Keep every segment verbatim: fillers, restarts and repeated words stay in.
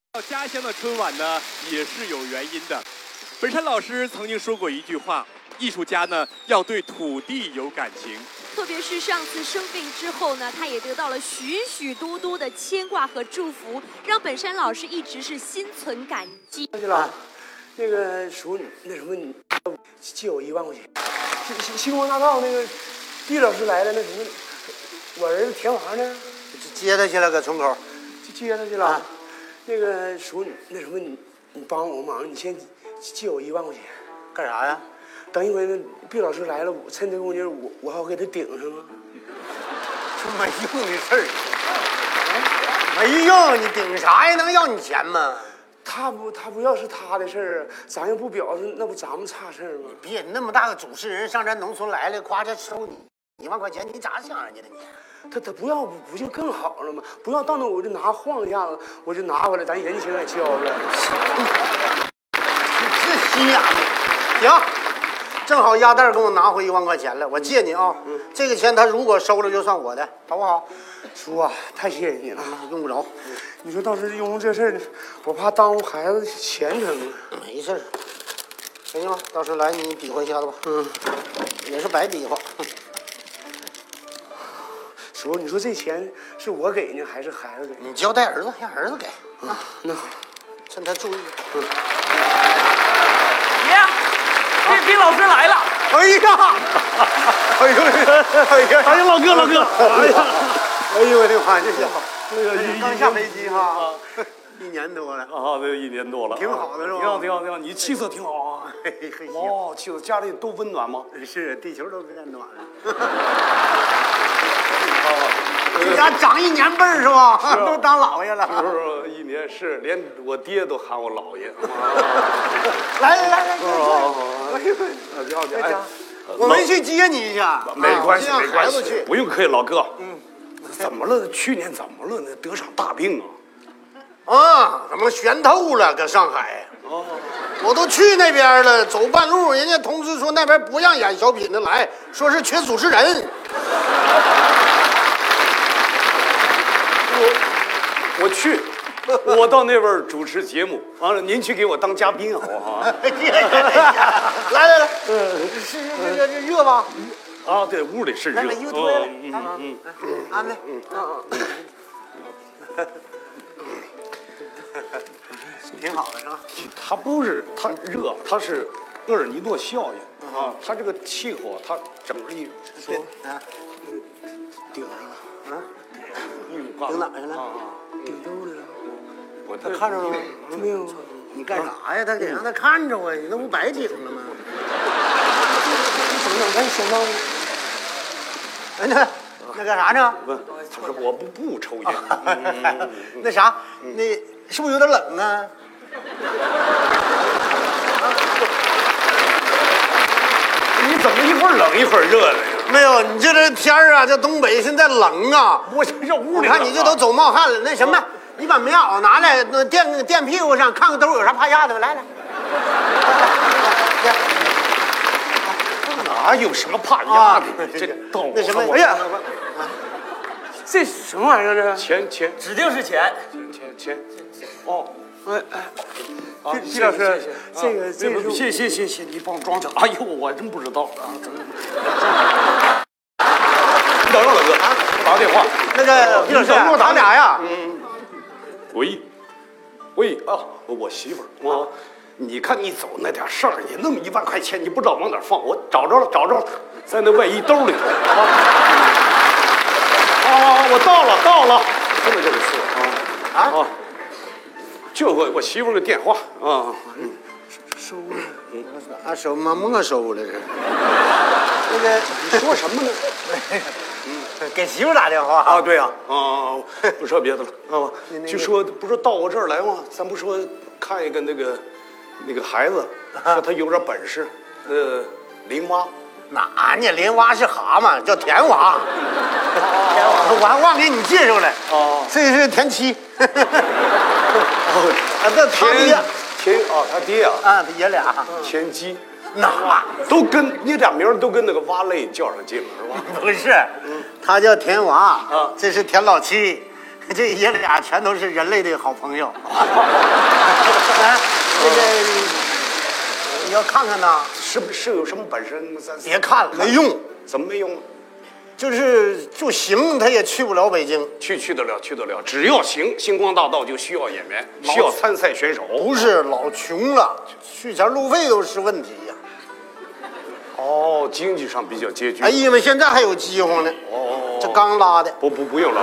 家乡的春晚呢，也是有原因的。本山老师曾经说过一句话：艺术家呢要对土地有感情。 特别是上次生病之后呢，他也得到了许许多多的牵挂和祝福，让本山老师一直是心存感激。 去了，那个叔，那什么，你借我一万块钱。星星光大道那个毕老师来了，那什么，我儿子田华呢？ 接他去了，搁村口。 接他去了。啊、那个叔，那什么，你你帮我忙，你先借我一万块钱。 干啥呀？ 等一回那毕老师来了，我趁这功夫我我好给他顶上啊。 这没用的事儿，没用，你顶啥呀？能要你钱吗？ 他不他不要是他的事儿啊，咱又不表示，那不咱们差事儿吗？ 别那么大个主持人上咱农村来了，夸这收你一万块钱，你咋想人家的你？ 他他不要不不就更好了吗？不要到那我就拿晃一下子，我就拿回来，咱人情也交了。 你这心眼子，行，正好鸭蛋给我拿回一万块钱了，我借你啊。嗯，这个钱他如果收了就算我的，好不好？ 叔啊，太谢谢你了， 用不着。 你说到时用这事儿，我怕耽误孩子前程。 没事儿，行吧，到时候来你比划一下子吧。嗯，也是白比划。 叔，你说这钱是我给呢，还是孩子给？ 你交代儿子，让儿子给。 啊，那好， 趁他注意。嗯。 爷，这毕老师来了。 哎呀！哎呦！哎呀！ 哎呀，老哥，老哥！哎呀！ 哎呦我的妈，这小那个刚下飞机哈，一年多了啊，这一年多了， 挺好的是吧？ 挺好，挺好，挺好。你气色挺好啊。哦，气色家里都温暖吗？ 是，地球都变暖了。这家长一年辈儿是吧？都当老爷了。 是，一年是，连我爹都喊我姥爷。 来来来来， 好家我们去接你一下。 没关系，没关系， 去， 不用客气，老哥。嗯。怎么了？去年怎么了？那得场大病啊！啊，怎么悬透了？搁上海。哦。我都去那边了，走半路，人家通知说那边不让演小品的来，说是缺主持人。 我我去，我到那边主持节目，完了您去给我当嘉宾好不好？ 来来来，是这个这热吗？ 啊，对，屋里是热。 来，衣服脱下来。 嗯嗯嗯，安排。嗯嗯。挺好的是吧？ 它不是它热，它是厄尔尼诺效应啊。它这个气候，它整个一说啊，顶上了。嗯。 顶哪去了？ 顶兜里了。 我他看着了吗？ 没有。 你干啥呀？他得让他看着啊！你那不白顶了吗？ 你怎么能看想到呢？ 哎，那那干啥呢？ 不，他说我不不抽烟。 那啥，那是不是有点冷啊？ 你怎么一会儿冷一会儿热的呀？ 没有，你这这天儿啊，这东北现在冷啊。 我这屋里， 看你这都走冒汗了。那什么，你把棉袄拿来，那垫垫屁股上，看看兜有啥怕压的。来来。 哪有什么怕压的？这逗那什么？ 哎呀，这什么玩意儿？这钱钱指定是钱， 钱钱哦。 哎哎，毕毕老师，这个这个， 谢谢谢谢，你帮我装着。哎呦，我真不知道啊，怎么？你等着，老哥啊，我打个电话。 那个毕老师，咱俩呀， 嗯，喂，喂啊，我媳妇儿，我。你看你走那点事儿，你那么一万块钱，你不知道往哪放？我找着了，找着了，在那外衣兜里头。啊，啊，我到了，到了，真的就是啊啊，就我我媳妇的电话啊， 收了， 啊收嘛没收了这。那个你说什么呢？ 嗯，给媳妇打电话啊？对呀，啊，不说别的了啊，就说不是到我这儿来吗？咱不说看一个那个。那个孩子说他有点本事，呃，林蛙， 哪呢？林蛙是蛤蟆，叫田娃。田娃，我还忘给你介绍了。哦，这是田七。啊，这他爹， 田哦，他爹啊， 啊，爷俩， 田鸡， 哪都跟你俩名都跟那个蛙类较上劲了，是吧？ 不是，他叫田娃，啊，这是田老七。 这爷俩全都是人类的好朋友。来，这个你要看看呐， 是不是有什么本事？ 别看了，没用。 怎么没用？ 就是就行，他也去不了北京。 去去得了，去得了。只要行，星光大道就需要演员，需要参赛选手。 不是老穷了，去钱路费都是问题呀。 哦，经济上比较拮据。 哎，因为现在还有饥荒呢。 哦， 这刚拉的。 不不不用了。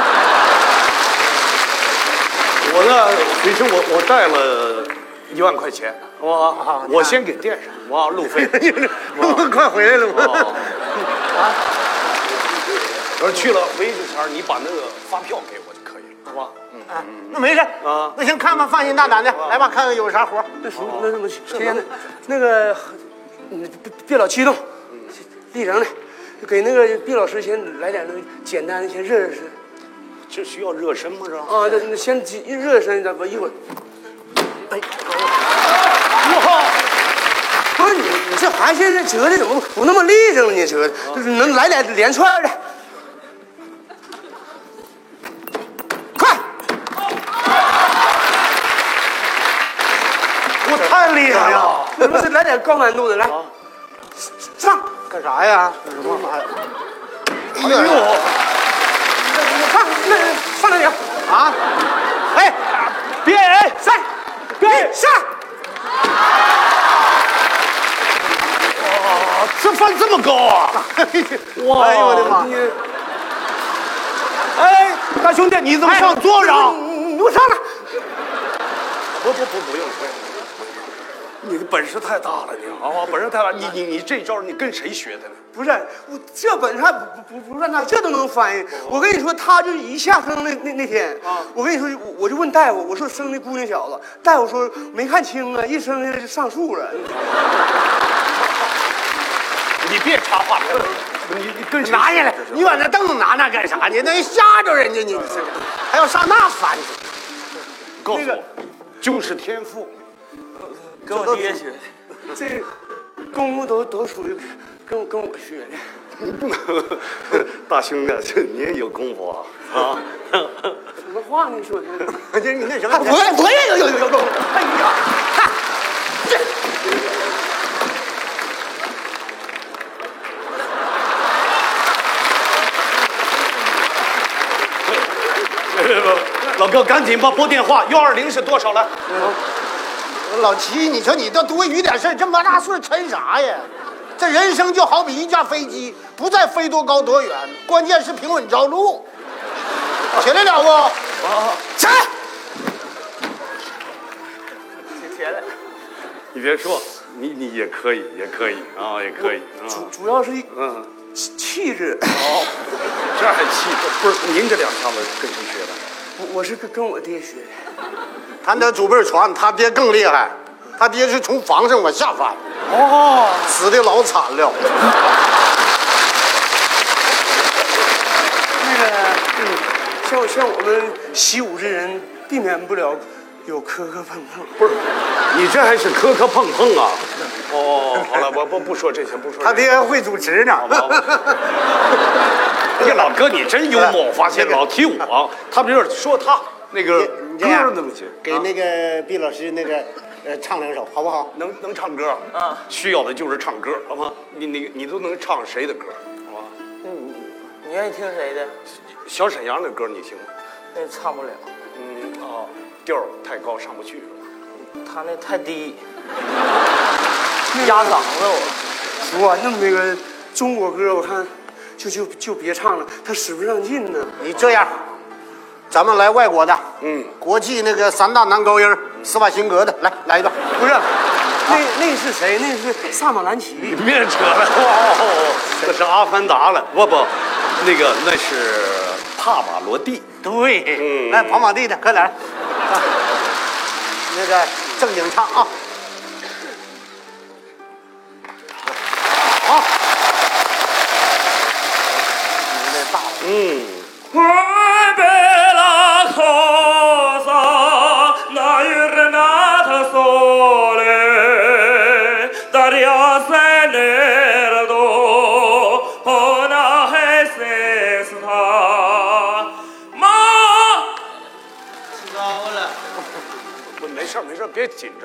我呢，随身我我带了一万块钱，我我先给垫上，我路费。 快回来了吗？ 啊。我说去了回去前，你把那个发票给我就可以了，是吧？嗯啊，那没事啊。那行，看吧，放心大胆的，来吧，看看有啥活。 那叔，那什么，天那那个，你别别老激动，立正的，给那个毕老师先来点那个简单的，先热热身。 这需要热身吗？是吧？ 啊，那那先一热身，咱不一会儿。哎， 哇！ 不是你，你这孩子现在折的怎么不那么立正了？你折的，就是能来点连串的。 我太厉害了！ 那不是来点高难度的，来，上干啥呀？干什么？ 哎呦！你看那上来点啊！哎， 别哎，上，别上！ 哇，这翻这么高啊！ 哇！哎呦我的妈！ 哎，大兄弟，你怎么上座上？ 你给我上来！ 不不不，不用不用。你的本事太大了，你啊，本事太大！你你你这招你跟谁学的呢？ 不是我这本事还不不不算大，这都能翻译。我跟你说，他就一下生那那那天，我跟你说，我我就问大夫，我说生那姑娘小子，大夫说没看清啊，一生下来就上树了。 你别插话了，你你跟谁拿下来！你把那凳子拿那干啥？你那吓着人家，你还要上那翻去？ 告诉我，就是天赋。 跟我爹学的，这功夫都都属于跟跟我学的。 你不能，大兄弟，这你也有功夫啊！啊， 什么话你说的？ 这你那什么？ 我我也有有有有有！哎呀，看这。老哥，赶紧吧，拨电话，幺二零是多少了？ 老齐，你说你这多余点事儿，这么大岁抻啥呀？这人生就好比一架飞机，不在飞多高多远，关键是平稳着陆。起来了不？ 啊， 起来！ 起来！你别说，你你也可以，也可以啊，也可以。 主主要是嗯气质。 哦，这还气质？不是，您这两下子跟谁学的？ 我我是跟跟我爹学的。 他那祖辈传，他爹更厉害，他爹是从房上往下翻， 哦， 死的老惨了。 那个，嗯，像像我们习武之人，避免不了有磕磕碰碰。 不是，你这还是磕磕碰碰啊？哦，好了，我不不说这些，不说这些。 他爹还会主持呢。 哎呀，老哥，你真幽默！我发现老提我，他们就是说他。那个歌怎么行？ 给那个毕老师那个呃唱两首好不好？ 能能唱歌啊？需要的就是唱歌，好吗？你你你都能唱谁的歌？好吧？ 嗯，你愿意听谁的？ 小沈阳的歌你行吗？ 那唱不了。 嗯哦，调太高上不去是吧？ 他那太低，压嗓子我。 叔啊，那么那个中国歌，我看就就就别唱了，他使不上劲呢。 你这样。咱们来外国的， 嗯， 国际那个三大男高音，施瓦辛格的，来来一段。 不是，那那是谁？那是萨马兰奇。 你别扯了，哦，那是阿凡达了，不不，那个那是帕瓦罗蒂。 对， 嗯， 来跑马地的，快来，那个正经唱啊。好，你那大了， 嗯。 bella cosa una giornata sole d'aria se nerdo una festa ma 没事没事，别紧张。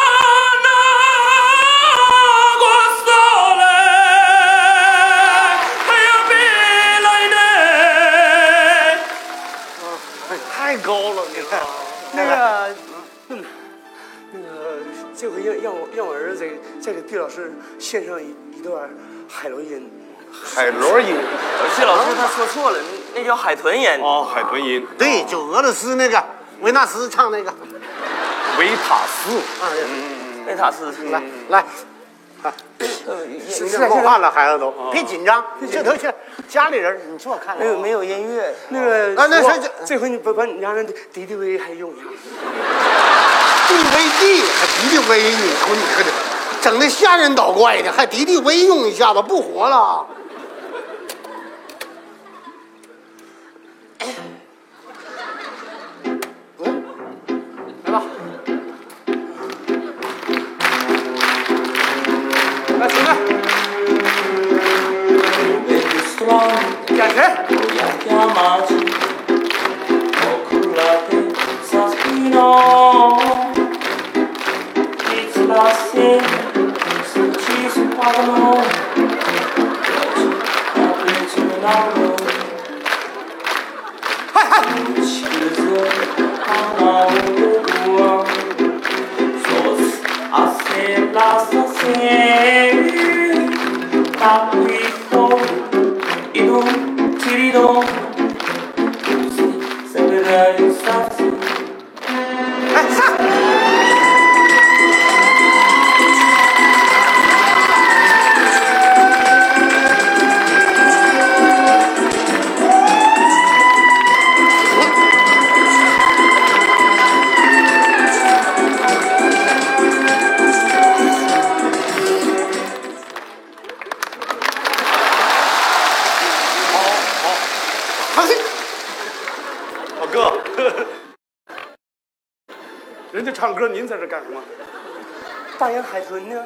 太高了，你看。 那个，嗯，那个，这回让让我让我儿子再给毕老师献上一一段海螺音。 海螺音。 谢老师他说错了，那叫海豚音。 哦，海豚音。 对，就俄罗斯那个维纳斯唱那个。 维塔斯。 啊， 嗯，维塔斯， 来来。 啊，有点冒汗了，孩子都别紧张，这都是家里人，你坐看。 没有没有音乐， 那个啊，那是这回你把把你家那敌敌畏还用一下。 敌危地还敌敌危，你瞅你可得，整的吓人倒怪的，还敌敌危用一下子不活了。嗯，来吧。 来，兄弟，眼神。 嗨嗨。 哎，上！ 老哥，人家唱歌，您在这干什么？ 大洋海豚呢？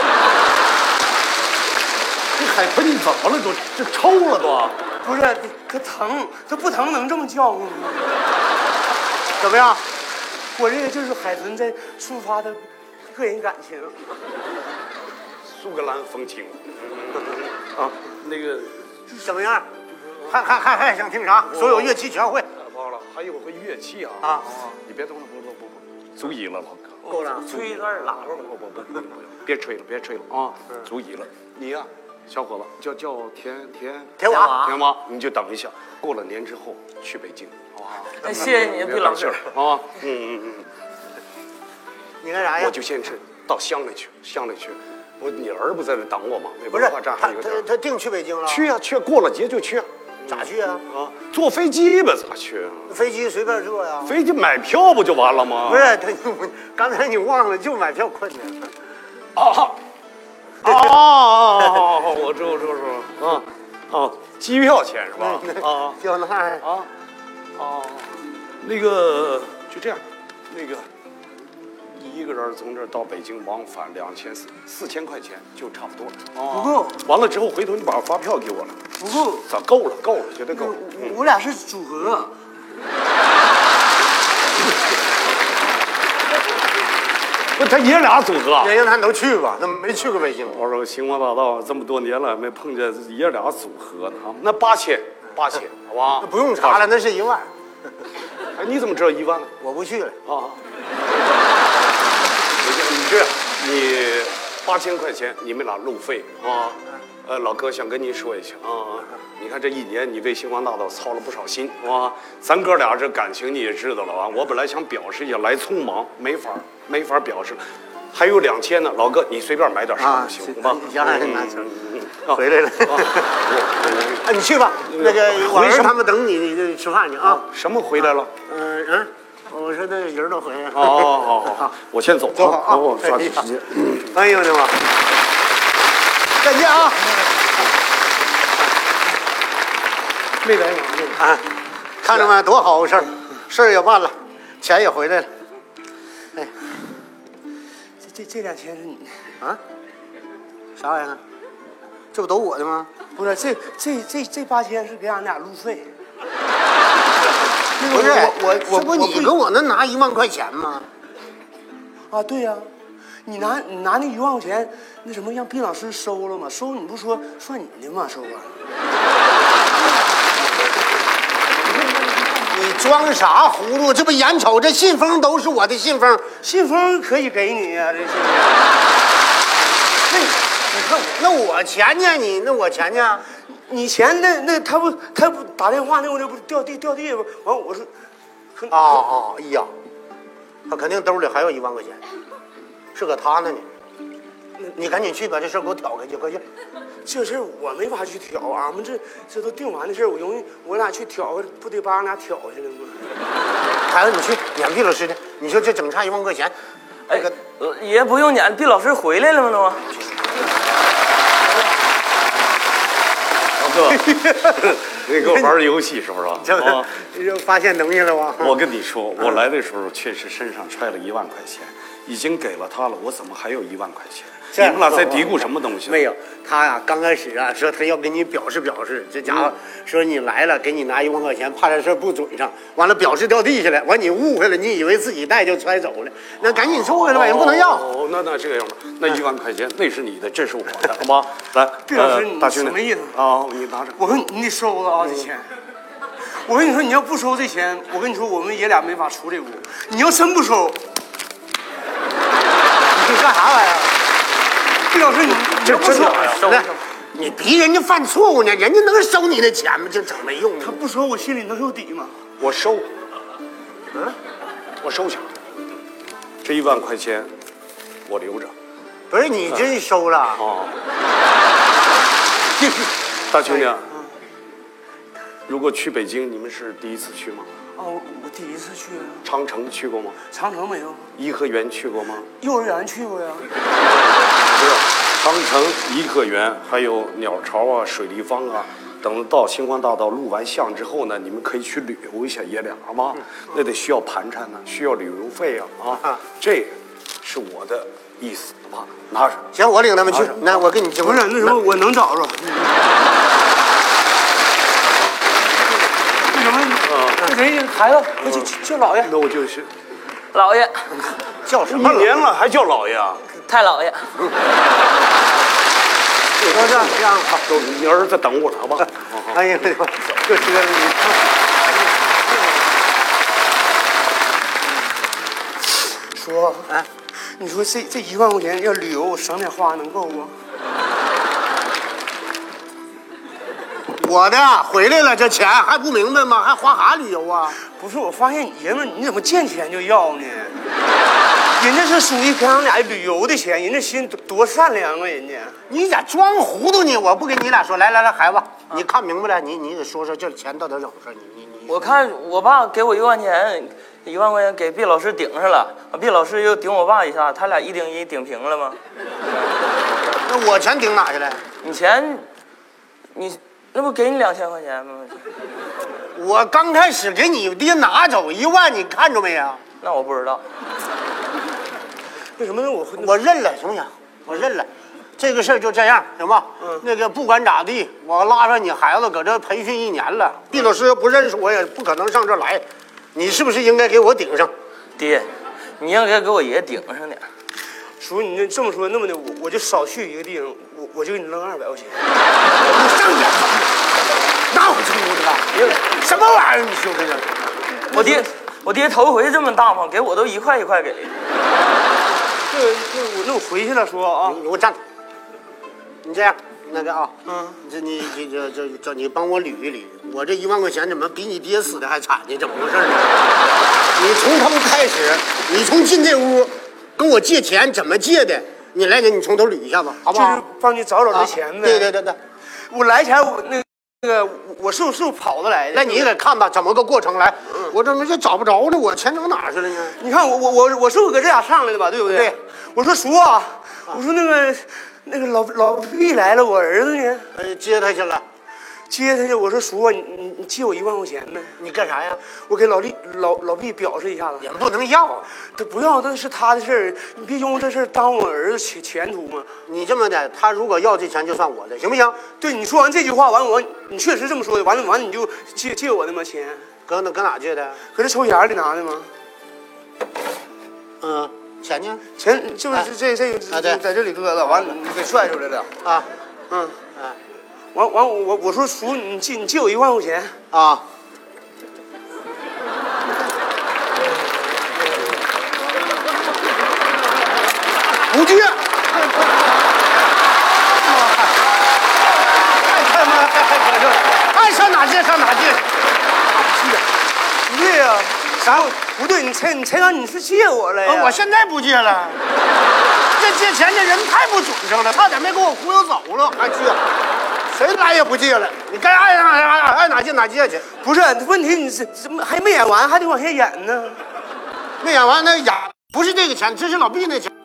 这海豚你怎么了都？这抽了都？ 不是，它疼，它不疼能这么叫吗？ 怎么样？ 我这个就是海豚在抒发的个人感情。 苏格兰风情。啊，那个怎么样？还还还还想听啥？所有乐器全会。 不好了，还有个乐器啊！ 啊， 你别动了，不不不不，足以了，老哥。 够了， 吹一段喇叭。 不不不不，别吹了，别吹了啊！足以了。你呀，小伙子，叫叫田田田娃， 田娃，你就等一下，过了年之后去北京，好不好？ 哎，谢谢你，毕老师。 啊，嗯嗯嗯。 你干啥呀？ 我就先是到乡里去，乡里去。我你儿不在这等我吗？ 不是站他还有一个地儿。 他他定去北京了？ 去呀去，过了节就去。 咋去啊？ 啊，坐飞机吧，咋去啊？ 飞机随便坐呀。 飞机买票不就完了吗？ 不是，他刚才你忘了，就买票困难。 啊啊啊！我知道，我知道，知道。啊啊，机票钱是吧？啊， 就那啊啊，那个就这样，那个一个人从这儿到北京往返两千四四千块钱就差不多了。 不够。 完了之后，回头你把发票给我了。 不够。 咋够了？够了，绝对够了。 我我俩是组合。 不，他爷俩组合。 人家他都去吧，那没去过北京。 我说星光大道这么多年了，没碰见爷俩组合的啊。那八千，八千，好吧？ 不用查了，那是一万。 哎，你怎么知道一万呢？ 我不去了啊。你这样，你八千块钱，你们俩路费啊。呃，老哥想跟您说一下啊，你看这一年你为星光大道操了不少心，啊，咱哥俩这感情你也知道了啊。我本来想表示一下，来匆忙，没法没法表示。还有两千呢，老哥你随便买点啥就行吧？ 行，拿走。 嗯， 回来了。啊，你去吧。那个我儿他们等你，你吃饭去啊。 什么回来了？ 嗯嗯，我说那人都回来了。 哦哦好好，我先走， 走好啊。 我抓紧时间。 哎呦我的妈！再见啊！ 没来往啊，看着没，多好个事儿，事儿也办了，钱也回来了。哎， 这这这两千是你的啊？啥玩意儿？这不都我的吗？ 不是，这这这这八千是给俺俩路费。 不是我我这不你跟我那拿一万块钱吗？ 啊，对呀、啊，你拿你拿那一万块钱，那什么让毕老师收了吗？收你不说算你的吗？收啊！ 你装啥葫芦？这不眼瞅这信封都是我的信封， 信封可以给你呀、啊，这信封。 那你你看，那我钱呢？你那我钱呢？ 你钱那那他不他不打电话那我这不掉地掉地不完我说， 啊啊哎呀，他肯定兜里还有一万块钱，是搁他那呢。你赶紧去把这事给我挑开去，快去！ 这事儿我没法去挑，俺们这这都定完的事儿，我容易我俩去挑，不得把俺俩挑去了吗？ 孩子，你去撵毕老师的，你说这整差一万块钱， 哎，呃爷不用撵，毕老师回来了吗？都。 老哥，你跟我玩游戏是不是？ 这不又发现东西了吗？ 我跟你说，我来的时候确实身上揣了一万块钱，已经给了他了，我怎么还有一万块钱？你们俩在嘀咕什么东西？ 没有，他呀、啊、刚开始啊说他要跟你表示表示，这家伙说你来了给你拿一万块钱，怕这事不准上，完了表示掉地下了，完你误会了，你以为自己带就揣走了，那赶紧收回来吧，人不能要。 哦，那那这样吧，那一万块钱那是你的，这是我的，好吗？来， 毕老师，你大兄弟， 什么意思啊？你拿着。 我跟你你得收了啊，这钱。我跟你说，你要不收这钱，我跟你说，我们爷俩没法出这屋。你要真不收， 你干啥玩意儿？ 毕老师，你这不收， 收收，你逼人家犯错误呢，人家能收你的钱吗？这整没用的。 他不收，我心里能有底吗？ 我收，嗯，我收下。这一万块钱，我留着。 不是你这收了？ 哦，大兄弟，如果去北京，你们是第一次去吗？ 哦，我第一次去， 长城去过吗？ 长城没有， 颐和园去过吗？ 幼儿园去过呀。 不是，长城、颐和园，还有鸟巢啊、水立方啊，等到星光大道录完像之后呢，你们可以去旅游一下爷俩，好吗？那得需要盘缠呢，需要旅游费啊啊！这是我的意思，好吧？拿着。 行，我领他们去。那我给你经不是那什么，我能找着。那什么，那谁孩子，快去叫姥爷。 那我就去。 老爷， 叫什么？ 一年了还叫老爷啊？ 太老爷。 你说这样这样好， 都你儿子等我了，好吧？ 哎呀，这这说，哎，你说这这一万块钱要旅游，我省点花能够不？ 我的回来了，这钱还不明白吗？还花啥旅游啊？ 不是，我发现你爷们你怎么见钱就要呢？人家是属于给俺俩旅游的钱，人家心多多善良啊！人家你咋装糊涂呢？我不跟你俩说，来来来，孩子，你看明白了，你你得说说这钱到底怎么回事？你你你， 我看我爸给我一万块钱，一万块钱给毕老师顶上了，毕老师又顶我爸一下，他俩一顶一顶平了吗？ 那我钱顶哪去了？ 你钱，你那不给你两千块钱吗？ 我刚开始给你爹拿走一万，你看着没有？ 那我不知道。 为什么呢？我我认了，行不行？我认了，这个事儿就这样，行吧？嗯，那个不管咋地，我拉上你孩子搁这培训一年了，毕老师不认识我也不可能上这来，你是不是应该给我顶上？ 爹，你应该给我爷顶上点。 叔，你这么说，那么的，我我就少去一个地方，我我就给你扔二百块钱。 你上点，那我出的了，什么玩意儿？你说这个？ 我爹，我爹头回这么大方，给我都一块一块给。 这这我那我回去了说啊， 你给我站。你这样，那个啊，嗯，这你这这这这你帮我捋一捋，我这一万块钱怎么比你爹死的还惨呢？怎么回事呢？你从头开始，你从进这屋跟我借钱怎么借的？你来给你从头捋一下子，好不好？ 就是帮你找找这钱呗。 对对对对， 我来前我那个那个我是是跑着来的。 那你得看吧，怎么个过程来？我怎么就找不着呢？我钱整哪去了呢？ 你看我我我我是不是搁这俩上来的吧？对不对？ 对。 我说叔啊，我说那个那个老老毕来了，我儿子呢？ 呃，接他去了。 接他去，我说叔啊，你你你借我一万块钱呗？ 你干啥呀？ 我给老李老老毕表示一下子。 也不能要， 他不要，那是他的事儿，你别用这事儿耽误我儿子前前途嘛。 你这么的，他如果要这钱就算我的，行不行？ 对，你说完这句话完我你确实这么说的，完了完了你就借借我的吗钱？ 搁那搁哪借的？ 搁这抽匣里拿的吗？ 嗯， 钱呢？ 钱就是这这啊对在这里搁了，完了你给拽出来了。 啊， 嗯， 啊完完我我说叔，你借你借我一万块钱。 啊，不借。太他妈太可笑了！爱上哪借上哪借。 不对呀、啊，啥？不对，你才你才让你是借我了呀？ 啊，我现在不借了。这借钱的人太不准成了，差点没给我忽悠走了。还借？谁来也不借了。你该爱上爱爱爱哪借哪借去。 不是，问题你这怎么还没演完，还得往下演呢？ 没演完那演不是这个钱，这是老毕那钱。